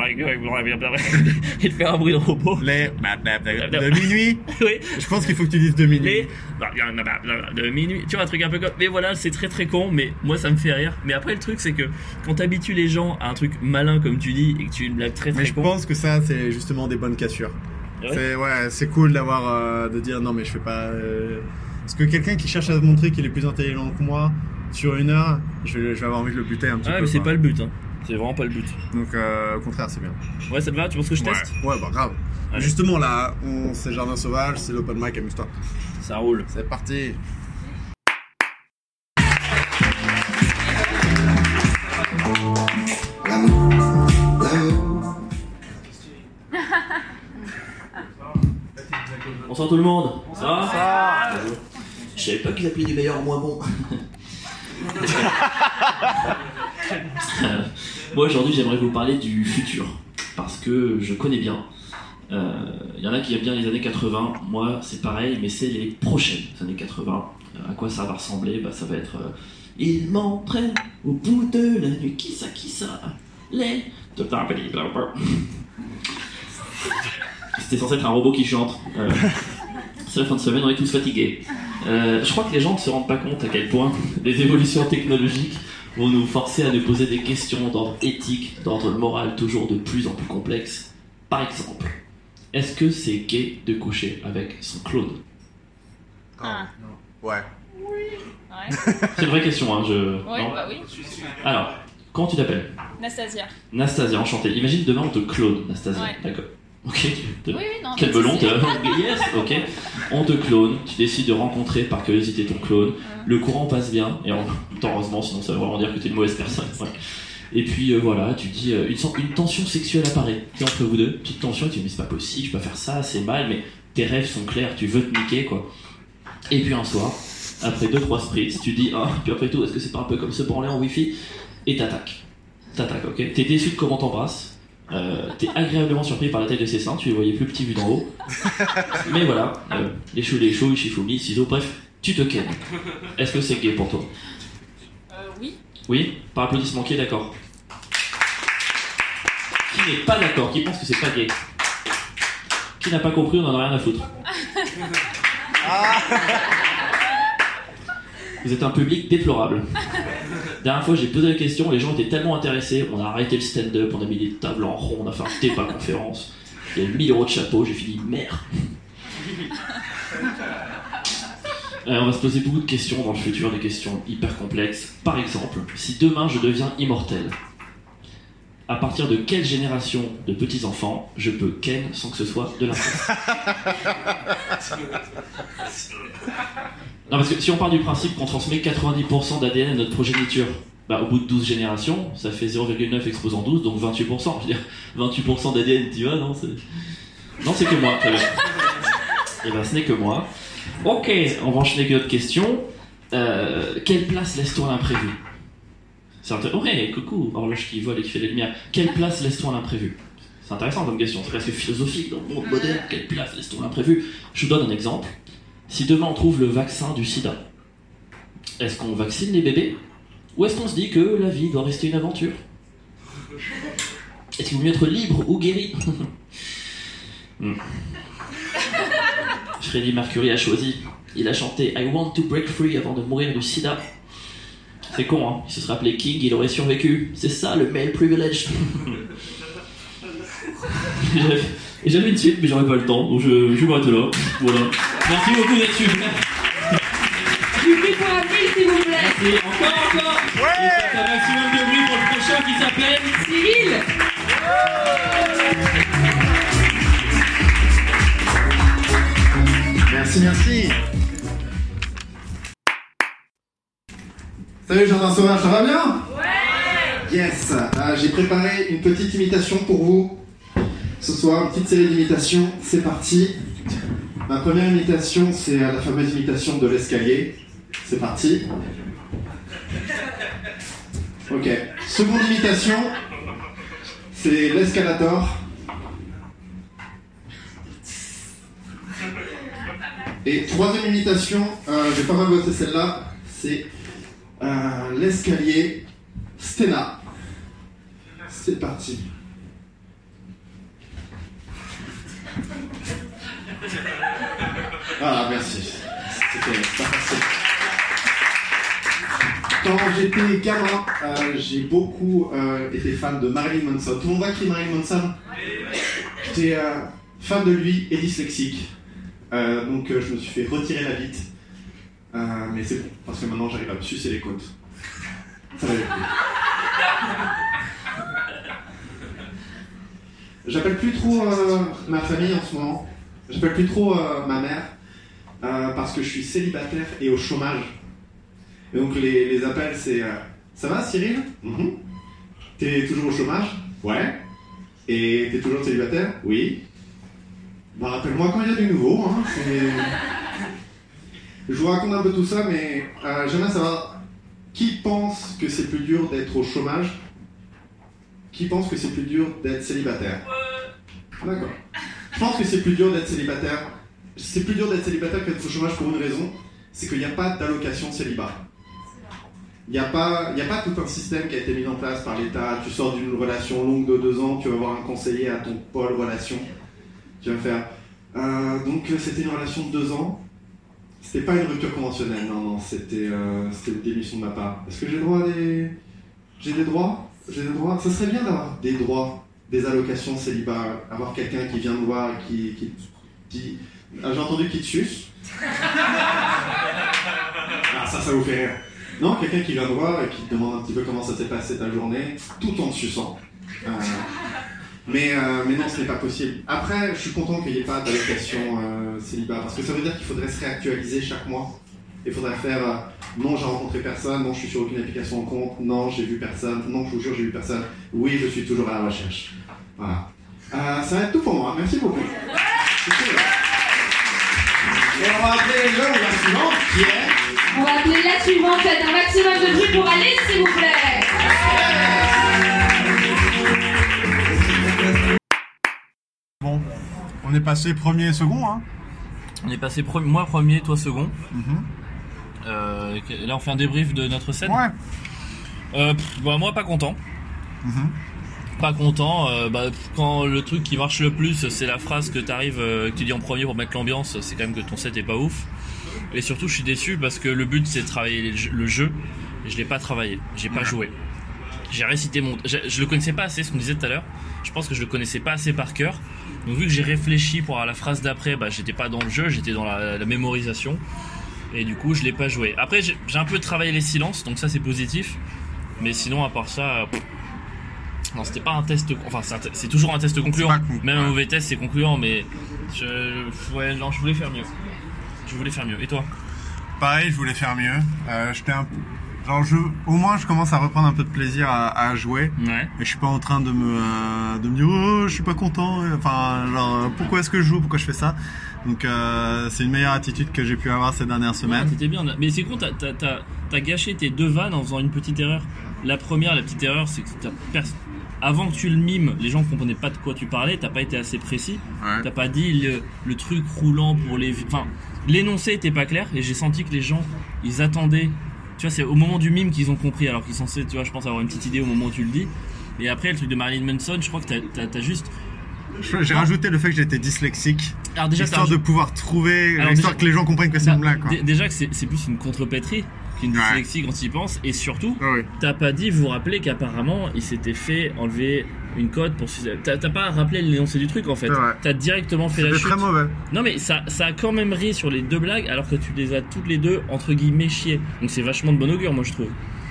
il fait un bruit de robot. Les de minuit. Oui. Je pense qu'il faut que tu dises de minuit. Les de minuit. Tu vois, un truc un peu comme. Mais voilà, c'est très très con, mais moi ça me fait rire. Mais après, le truc, c'est que quand t'habitues les gens à un truc malin, comme tu dis, et que tu es une blague très très mais con. Mais je pense que ça, c'est justement des bonnes cassures. Ouais. C'est, ouais, c'est cool d'avoir. Euh, de dire non, mais je fais pas. Euh... Parce que quelqu'un qui cherche à se montrer qu'il est plus intelligent que moi, sur une heure, je vais, je vais avoir envie de le buter un petit ah, peu. Ah, mais c'est quoi. pas le but, hein. C'est vraiment pas le but. Donc euh, au contraire, c'est bien. Ouais, ça te va? Tu penses que je ouais. teste? Ouais, bah grave. Allez. Justement là, on... c'est Jardin Sauvage, c'est l'open mic, amuse-toi. Ça roule. C'est parti. Bonsoir tout le monde. Ça va? Ça va. Je savais pas qu'ils appelaient des meilleurs moins bons. Moi aujourd'hui j'aimerais vous parler du futur parce que je connais bien. Il euh, y en a qui aiment bien les années quatre-vingts, moi c'est pareil, mais c'est les prochaines années quatre-vingts. À quoi ça va ressembler? Bah, ça va être euh, il m'entraîne au bout de la nuit, qui ça, qui ça, les... C'était censé être un robot qui chante. Euh, c'est la fin de semaine, on est tous fatigués. Euh, je crois que les gens ne se rendent pas compte à quel point les évolutions technologiques vont nous forcer à nous poser des questions d'ordre éthique, d'ordre moral, toujours de plus en plus complexes. Par exemple, est-ce que c'est gay de coucher avec son clone? Ah. Ouais. Oui. Ouais. C'est une vraie question, hein, je... Oui, non bah oui. Alors, comment tu t'appelles? Nastasia. Nastasia, enchantée. Imagine demain on te clone, Nastasia. Ouais. D'accord. Ok, te... oui, oui, non, quel melon, c'est... yes, ok. On te clone, tu décides de rencontrer par curiosité ton clone, mmh. Le courant passe bien, et en temps heureusement, sinon ça veut vraiment dire que t'es une mauvaise personne. Ouais. Et puis euh, voilà, tu dis, euh, une, une tension sexuelle apparaît, et entre vous deux, petite tension, et tu dis mais c'est pas possible, je peux pas faire ça, c'est mal, mais tes rêves sont clairs, tu veux te niquer quoi. Et puis un soir, après deux trois spritz, tu dis, ah, puis après tout, est-ce que c'est pas un peu comme se branler en wifi? Et t'attaques. T'attaques, ok. T'es déçu de comment t'embrasses. Euh, t'es agréablement surpris par la taille de ses seins, tu les voyais plus petits vus d'en haut. Mais voilà, euh, les choux, les choux, Ishifumi, ciseaux, bref, tu te kennes. Est-ce que c'est gay pour toi? Euh, oui. Oui? Par applaudissement, qui est d'accord? Qui n'est pas d'accord? Qui pense que c'est pas gay? Qui n'a pas compris, on en a rien à foutre. Vous êtes un public déplorable. La dernière fois, j'ai posé la question, les gens étaient tellement intéressés, on a arrêté le stand-up, on a mis des tables en rond, on a fait un débat conférence. Il y a eu mille euros de chapeau, j'ai fini merde. Euh, on va se poser beaucoup de questions dans le futur, des questions hyper complexes. Par exemple, si demain je deviens immortel, à partir de quelle génération de petits-enfants je peux ken sans que ce soit de l'inceste? Non, parce que si on part du principe qu'on transmet quatre-vingt-dix pour cent d'A D N à notre progéniture, bah, au bout de douze générations, ça fait zéro virgule neuf exposant douze, donc vingt-huit pour cent. Je veux dire, vingt-huit pour cent d'A D N, tu vois, non, c'est... Non, c'est que moi, très bien. Et ben, ce n'est que moi. Ok, on va enchaîner avec une autre question. Euh, quelle place laisse-t-on à l'imprévu? C'est intéressant. Ouais, coucou, horloge qui vole et qui fait les lumières. Quelle place laisse-t-on à l'imprévu? C'est intéressant comme question, c'est presque philosophique dans le monde moderne. Quelle place laisse-t-on à l'imprévu? Je vous donne un exemple. Si demain on trouve le vaccin du sida, est-ce qu'on vaccine les bébés? Ou est-ce qu'on se dit que la vie doit rester une aventure? Est-ce qu'il vaut mieux être libre ou guéri? hmm. Freddie Mercury a choisi. Il a chanté I want to break free avant de mourir du sida. C'est con, hein. Il se serait appelé King, il aurait survécu. C'est ça le male privilege. Et j'avais une suite, mais j'aurais pas le temps, donc je, je vais m'arrêter là. Voilà. Merci beaucoup d'être suivi. Du bruit pour la ville, s'il vous plaît. Merci. Encore, encore. Ouais. Et un maximum de bruit pour le prochain qui s'appelle Cyril. Merci, merci. Salut Jardin Sauvage, ça va bien? Ouais. Yes. Euh, j'ai préparé une petite imitation pour vous. Ce soir, une petite série d'imitations, c'est parti. Ma première imitation, c'est la fameuse imitation de l'escalier. C'est parti. Ok. Seconde imitation, c'est l'escalator. Et troisième imitation, euh, j'ai pas mal bossé celle-là, c'est euh, l'escalier Stena. C'est parti. Ah, merci. C'était pas facile. Quand j'étais gamin, euh, j'ai beaucoup euh, été fan de Marilyn Manson. Tout le monde voit qui est Marilyn Manson? J'étais euh, fan de lui et dyslexique. Euh, donc euh, je me suis fait retirer la bite. Euh, mais c'est bon, parce que maintenant j'arrive à me sucer les côtes. Ça va aller plus. J'appelle plus trop euh, ma famille en ce moment. J'appelle plus trop euh, ma mère. Euh, parce que je suis célibataire et au chômage. Et donc les, les appels c'est euh, ça va Cyril? Mm-hmm. T'es toujours au chômage? Ouais. Et t'es toujours célibataire? Oui. Bah rappelle-moi quand il y a du nouveau. Hein. Je vous raconte un peu tout ça, mais euh, j'aimerais savoir qui pense que c'est plus dur d'être au chômage? Qui pense que c'est plus dur d'être célibataire? D'accord. Je pense que c'est plus dur d'être célibataire. C'est plus dur d'être célibataire que d'être au chômage pour une raison, c'est qu'il n'y a pas d'allocation célibat. Il n'y a pas, il n'y a pas tout un système qui a été mis en place par l'État. Tu sors d'une relation longue de deux ans, tu vas voir un conseiller à ton pôle relation. Tu vas faire. Euh, donc c'était une relation de deux ans. C'était pas une rupture conventionnelle, non, non, c'était, euh, c'était une démission de ma part. Est-ce que j'ai droit à des. J'ai des droits? J'ai des droits. Ça serait bien d'avoir des droits, des allocations célibat, avoir quelqu'un qui vient me voir et qui. qui, qui... Ah, j'ai entendu qui te suce. Ah, ça, ça vous fait rire. Non, quelqu'un qui vient te voir et qui te demande un petit peu comment ça s'est passé ta journée, tout en te suçant. Euh, mais, euh, mais non, ce n'est pas possible. Après, je suis content qu'il n'y ait pas d'allocation euh, célibat, parce que ça veut dire qu'il faudrait se réactualiser chaque mois. Il faudrait faire euh, non, j'ai rencontré personne, non, je suis sur aucune application en compte, non, j'ai vu personne, non, je vous jure, j'ai vu personne, oui, je suis toujours à la recherche. Voilà. Euh, ça va être tout pour moi. Merci beaucoup. C'est cool. Et on va appeler le ou la suivante qui est. On va appeler la suivante. Faites un maximum de bruit pour Alice, s'il vous plaît. est passé premier et second, hein. On est passé pre- moi premier, toi second. Mm-hmm. Euh, là, on fait un débrief de notre scène. Ouais. Euh, pff, bah, moi, pas content. Mm-hmm. Pas content. Euh, bah, quand le truc qui marche le plus, c'est la phrase que t'arrives, euh, que tu dis en premier pour mettre l'ambiance, c'est quand même que ton set est pas ouf. Et surtout, je suis déçu parce que le but, c'est de travailler le jeu. Et je l'ai pas travaillé. J'ai pas Ouais. joué. J'ai récité mon. Je, je le connaissais pas assez, ce qu'on disait tout à l'heure. Je pense que je le connaissais pas assez par cœur. Donc, vu que j'ai réfléchi pour la phrase d'après, bah, j'étais pas dans le jeu, j'étais dans la, la mémorisation. Et du coup, je l'ai pas joué. Après, j'ai, j'ai un peu travaillé les silences, donc ça, c'est positif. Mais sinon, à part ça. Pff, non, c'était pas un test. Enfin, c'est, un te- c'est toujours un test concluant. C'est pas con- Même ouais. un mauvais test, c'est concluant. Mais. Je, ouais, non, je voulais faire mieux. Je voulais faire mieux. Et toi? Pareil, je voulais faire mieux. Euh, j'étais un genre je, au moins je commence à reprendre un peu de plaisir à, à jouer. Ouais. Et je suis pas en train de me euh, de me dire oh je suis pas content. Enfin genre pourquoi est-ce que je joue, pourquoi je fais ça. Donc euh, c'est une meilleure attitude que j'ai pu avoir ces dernières Ouais, semaines. t'étais bien. Mais c'est con, t'as, t'as, t'as, t'as gâché tes deux vannes en faisant une petite erreur. La première, la petite erreur, c'est que t'as pers- avant que tu le mimes, les gens comprenaient pas de quoi tu parlais, t'as pas été assez précis. Ouais. T'as pas dit le, le truc roulant pour les. Enfin, l'énoncé était pas clair et j'ai senti que les gens, ils attendaient. Tu vois, c'est au moment du mime qu'ils ont compris, alors qu'ils sont censés, tu vois, je pense avoir une petite idée au moment où tu le dis. Et après, le truc de Marilyn Manson, je crois que t'as, t'as, t'as juste. J'ai rajouté le fait que j'étais dyslexique, Alors déjà, histoire t'as- de pouvoir trouver, Alors histoire déjà- que les gens comprennent que c'est une Bah, blague. Quoi. d- Déjà que c'est, c'est plus une contrepétrie qu'une Ouais. dyslexie quand tu y penses. Et surtout, Ah oui. t'as pas dit, vous vous rappelez qu'apparemment, il s'était fait enlever une code pour suicide. T'as, t'as pas rappelé l'énoncé du truc en fait. C'est vrai. T'as directement fait la C'était chute. très mauvais. Non mais ça, ça a quand même ri sur les deux blagues alors que tu les as toutes les deux entre guillemets chiées. Donc c'est vachement de bon augure moi je trouve.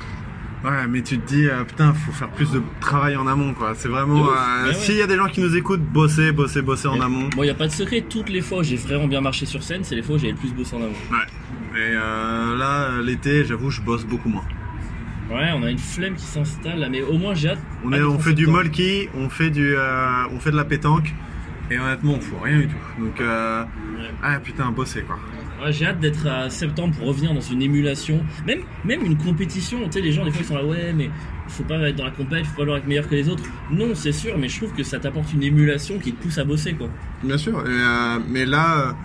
Ouais, mais tu te dis, euh, putain, faut faire plus de travail en amont, quoi. C'est vraiment. De ouf. Euh, Ouais, ouais. S'il y a des gens qui nous écoutent, bosser, bosser, bosser en Et- amont. Bon y a pas de secret, toutes les fois où j'ai vraiment bien marché sur scène, c'est les fois où j'ai le plus bossé en amont. Ouais. Et euh, là, euh, l'été, j'avoue, je bosse beaucoup moins. Ouais, on a une flemme qui s'installe là, mais au moins j'ai hâte. On, hâte est, d'être on en fait du septembre. molki, on fait du, euh, on fait de la pétanque, et honnêtement, on fout rien du tout. Donc, euh, Ouais. ah putain, bosser quoi. Ouais, j'ai hâte d'être à septembre pour revenir dans une émulation, même, même une compétition. Tu sais, les gens, des fois, ils sont là, ouais, mais faut pas être dans la compète, faut pas vouloir être meilleur que les autres. Non, c'est sûr, mais je trouve que ça t'apporte une émulation qui te pousse à bosser, quoi. Bien sûr, et, euh, mais là, euh,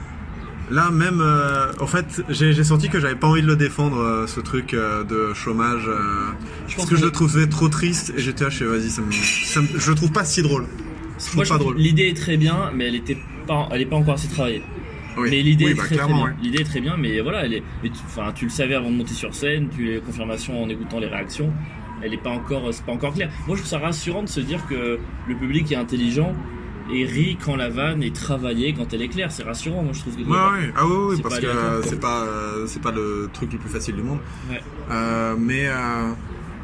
là même, euh, en fait, j'ai j'ai senti que j'avais pas envie de le défendre, euh, ce truc euh, de chômage, euh, Je pense parce que, que- je le trouvais trop triste, et j'étais là, je fais, vas-y, ça me, ça me- je le trouve pas si drôle. Je trouve Moi, je pas trouve drôle. que l'idée est très bien, mais elle était pas, elle est pas encore assez travaillée. Oui. Mais l'idée Oui, est bah, très, très clairement, bien. ouais. L'idée est très bien, mais voilà, elle est, mais tu, enfin, tu le savais avant de monter sur scène, tu as les confirmations en écoutant les réactions. Elle est pas encore, c'est pas encore clair. Moi, je trouve ça rassurant de se dire que le public est intelligent et rit quand la vanne est travaillée, quand elle est claire. C'est rassurant, moi, je trouve. Que Ouais, ouais. Ah oui, oui, C'est parce pas que aléatoire, euh, quoi. c'est pas, euh, c'est pas le truc le plus facile du monde. Ouais. Euh, mais euh...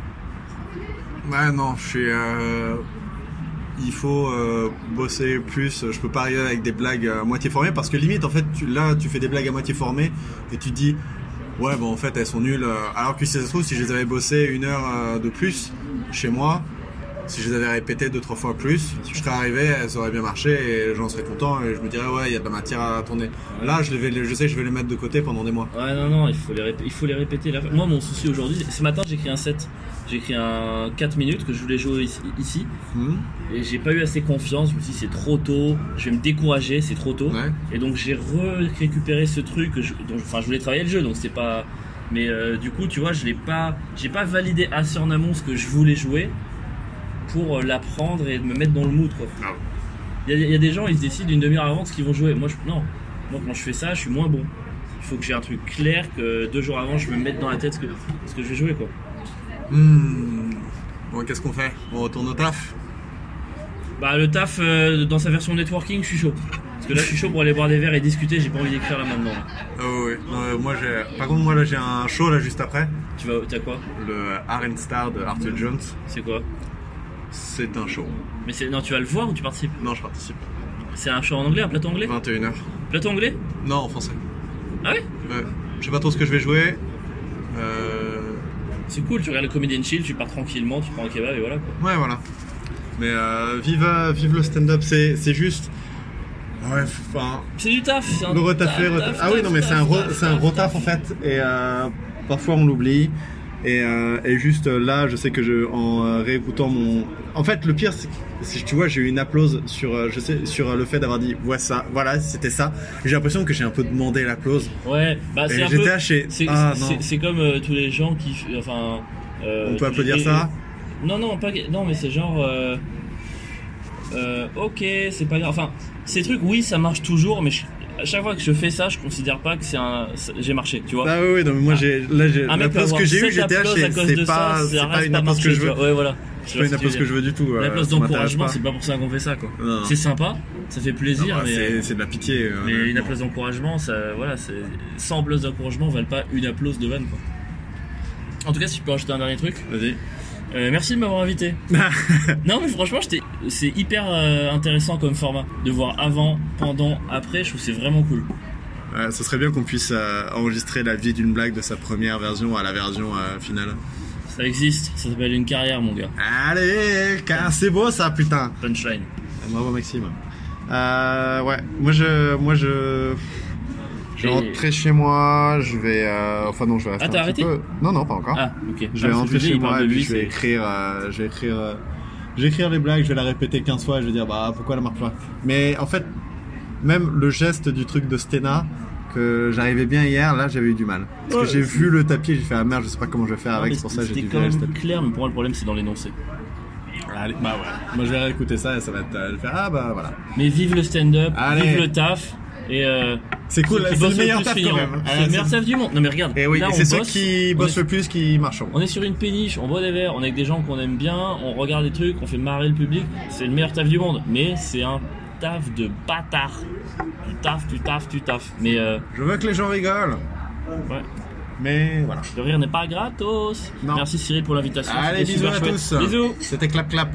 ouais, non, je suis. Euh... Il faut euh, bosser plus. Je peux pas arriver avec des blagues à moitié formées parce que limite, en fait, tu, là, tu fais des blagues à moitié formées et tu te dis, ouais, bon, en fait, elles sont nulles. Alors que si ça se trouve, si je les avais bossées une heure euh, de plus chez moi, si je les avais répétées deux, trois fois plus, je serais arrivé, elles auraient bien marché et j'en serais content et je me dirais, ouais, il y a de la matière à tourner. Là, je, vais, je sais que je vais les mettre de côté pendant des mois. Ouais, non, non, il faut les, rép- il faut les répéter. La... Moi, mon souci aujourd'hui, ce matin, j'ai écrit un set. J'ai écrit un quatre minutes que je voulais jouer ici, ici Mhm. et j'ai pas eu assez confiance. Je me suis dit, c'est trop tôt, je vais me décourager, c'est trop tôt. Ouais. Et donc, j'ai re- récupéré ce truc. Que je... dont- Enfin, je voulais travailler le jeu, donc c'est pas. Mais euh, du coup, tu vois, je l'ai pas. J'ai pas validé assez en amont ce que je voulais jouer pour euh, l'apprendre et me mettre dans le mood, quoi. Ah. Il y, a- il y a des gens, ils se décident une demi-heure avant de ce qu'ils vont jouer. Moi, je... non. Moi, quand je fais ça, je suis moins bon. Il faut que j'ai un truc clair, que deux jours avant, je me mette dans la tête ce que, ce que je vais jouer, quoi. Hmm. Bon, qu'est-ce qu'on fait? On retourne au taf? Bah, le taf, euh, dans sa version networking, je suis chaud. Parce que là, je suis chaud pour aller boire des verres et discuter, j'ai pas envie d'écrire là maintenant. là. Oh oui, non, euh, moi j'ai. Par contre, moi là j'ai un show là juste après, Tu vas, t'as quoi? le R and Star de Arthur Jones. C'est quoi? C'est un show. Mais c'est, non, tu vas le voir ou tu participes? Non, je participe. C'est un show en anglais, un plateau anglais? vingt et une heures. Plateau anglais? Non, en français. Ah ouais? Ouais. Je sais pas trop ce que je vais jouer. Euh... C'est cool, tu regardes le Comedy and Chill, tu pars tranquillement, tu prends un kebab et voilà, quoi. Ouais, voilà. Mais euh, vive, euh, vive le stand-up, c'est, c'est juste. Ouais, enfin. C'est du taf, c'est un Le retaffer, taf, retaf- taf, Ah oui, taf, non, mais c'est taf, un, re- taf, c'est un taf, retaf taf. en fait. Et euh, parfois on l'oublie. Et, euh, et juste euh, là, je sais que je, en euh, réécoutant mon, en fait, le pire, c'est que tu vois, j'ai eu une applause sur, euh, je sais, sur euh, le fait d'avoir dit, ouais ça, voilà, c'était ça. J'ai l'impression que j'ai un peu demandé l'applause. Ouais, bah c'est Et un j'étais peu. haché. C'est, Ah, c'est, non. c'est comme euh, tous les gens qui, f- enfin. euh, On peut applaudir et- ça. Non, non, pas. Non, mais c'est genre. Euh, euh, ok, c'est pas grave. Enfin, ces trucs, oui, ça marche toujours, mais je- à chaque fois que je fais ça, je considère pas que c'est un. c'est- J'ai marché, tu vois. Ah oui, oui, non, mais moi, j'ai, là, j'ai, Un mec peut l'applause avoir que j'ai eue, sept j'étais applauses haché. à cause C'est de pas, ça, c'est ça pas reste une applause marché, que je tu veux. vois. Ouais, voilà. C'est pas une applause que je veux du tout. euh, L'applause ça m'intéresse d'encouragement, pas. c'est pas pour ça qu'on fait ça, quoi. Non. C'est sympa, ça fait plaisir, Ah bah, mais. c'est, c'est de la pitié. euh, Mais une honnêtement. applause d'encouragement, ça, voilà, c'est cent applauses d'encouragement valent pas une applause de vanne, quoi. En tout cas, si je peux rajouter un dernier truc, Vas-y. euh, merci de m'avoir invité. Non, mais franchement, j'étais, c'est hyper euh, intéressant comme format de voir avant, pendant, après. Je trouve que c'est vraiment cool. Ouais, ce serait bien qu'on puisse euh, enregistrer la vie d'une blague de sa première version à la version euh, finale. Ça existe, ça s'appelle une carrière, mon gars. Allez, car c'est beau ça, putain. Punchline. Bravo Maxime. Euh, ouais, moi je, moi je, je vais Et- rentrer chez moi. Je vais, euh, enfin non, je vais rester Ah, t'as un petit arrêté peu. Non, non, pas encore. Ah, ok. Je vais Ah, rentrer parce que chez il parle moi de et puis lui, je vais c'est- écrire, euh, je vais écrire, euh, je vais écrire les blagues, je vais la répéter quinze fois et je vais dire bah pourquoi elle marche pas. Mais en fait, même le geste du truc de Stena que j'arrivais bien hier, là j'avais eu du mal. Parce Ouais, que j'ai c'est- vu le tapis et j'ai fait ah merde, je sais pas comment je vais faire Non, avec, mais c'est pour ça que j'ai c'était dû quand virer ce même tapis. clair, mais pour moi, le problème, c'est dans l'énoncé. Allez, bah ouais. Moi je vais réécouter ça et ça va être, euh, je vais faire ah bah voilà. Mais vive le stand-up, Allez. vive le taf, et euh, C'est cool, ceux qui c'est le bossent meilleur plus taf quand finiront. même. C'est Ah, le meilleur c'est- taf du monde. Non mais regarde, Et oui, là et on c'est ceux bosse, qui on bossent est- le plus qui marchent. On est sur une péniche, on boit des verres, on est avec des gens qu'on aime bien, on regarde des trucs, on fait marrer le public, c'est le meilleur taf du monde. Mais c'est un taf de bâtard. Tu taf, tu taf, tu taf. Mais euh, Je veux que les gens rigolent. ouais, Mais voilà. le rire n'est pas gratos. Non. Merci Cyril pour l'invitation. Allez, c'était bisous super à chouette. tous. Bisous. C'était clap clap.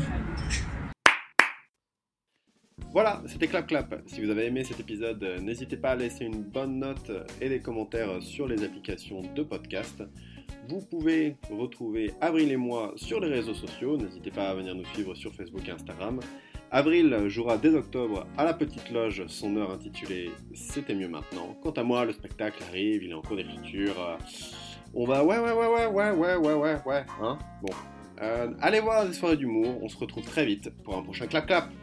Voilà, c'était Clap Clap. Si vous avez aimé cet épisode, euh, n'hésitez pas à laisser une bonne note et des commentaires sur les applications de podcast. Vous pouvez retrouver Avril et moi sur les réseaux sociaux. N'hésitez pas à venir nous suivre sur Facebook et Instagram. Avril jouera dès octobre à la Petite Loge son heure intitulée « C'était mieux maintenant ». Quant à moi, le spectacle arrive, il est en cours d'écriture. Euh, on va ouais ouais ouais ouais ouais ouais ouais ouais ouais hein bon. Euh, allez voir des soirées d'humour, on se retrouve très vite pour un prochain Clap Clap.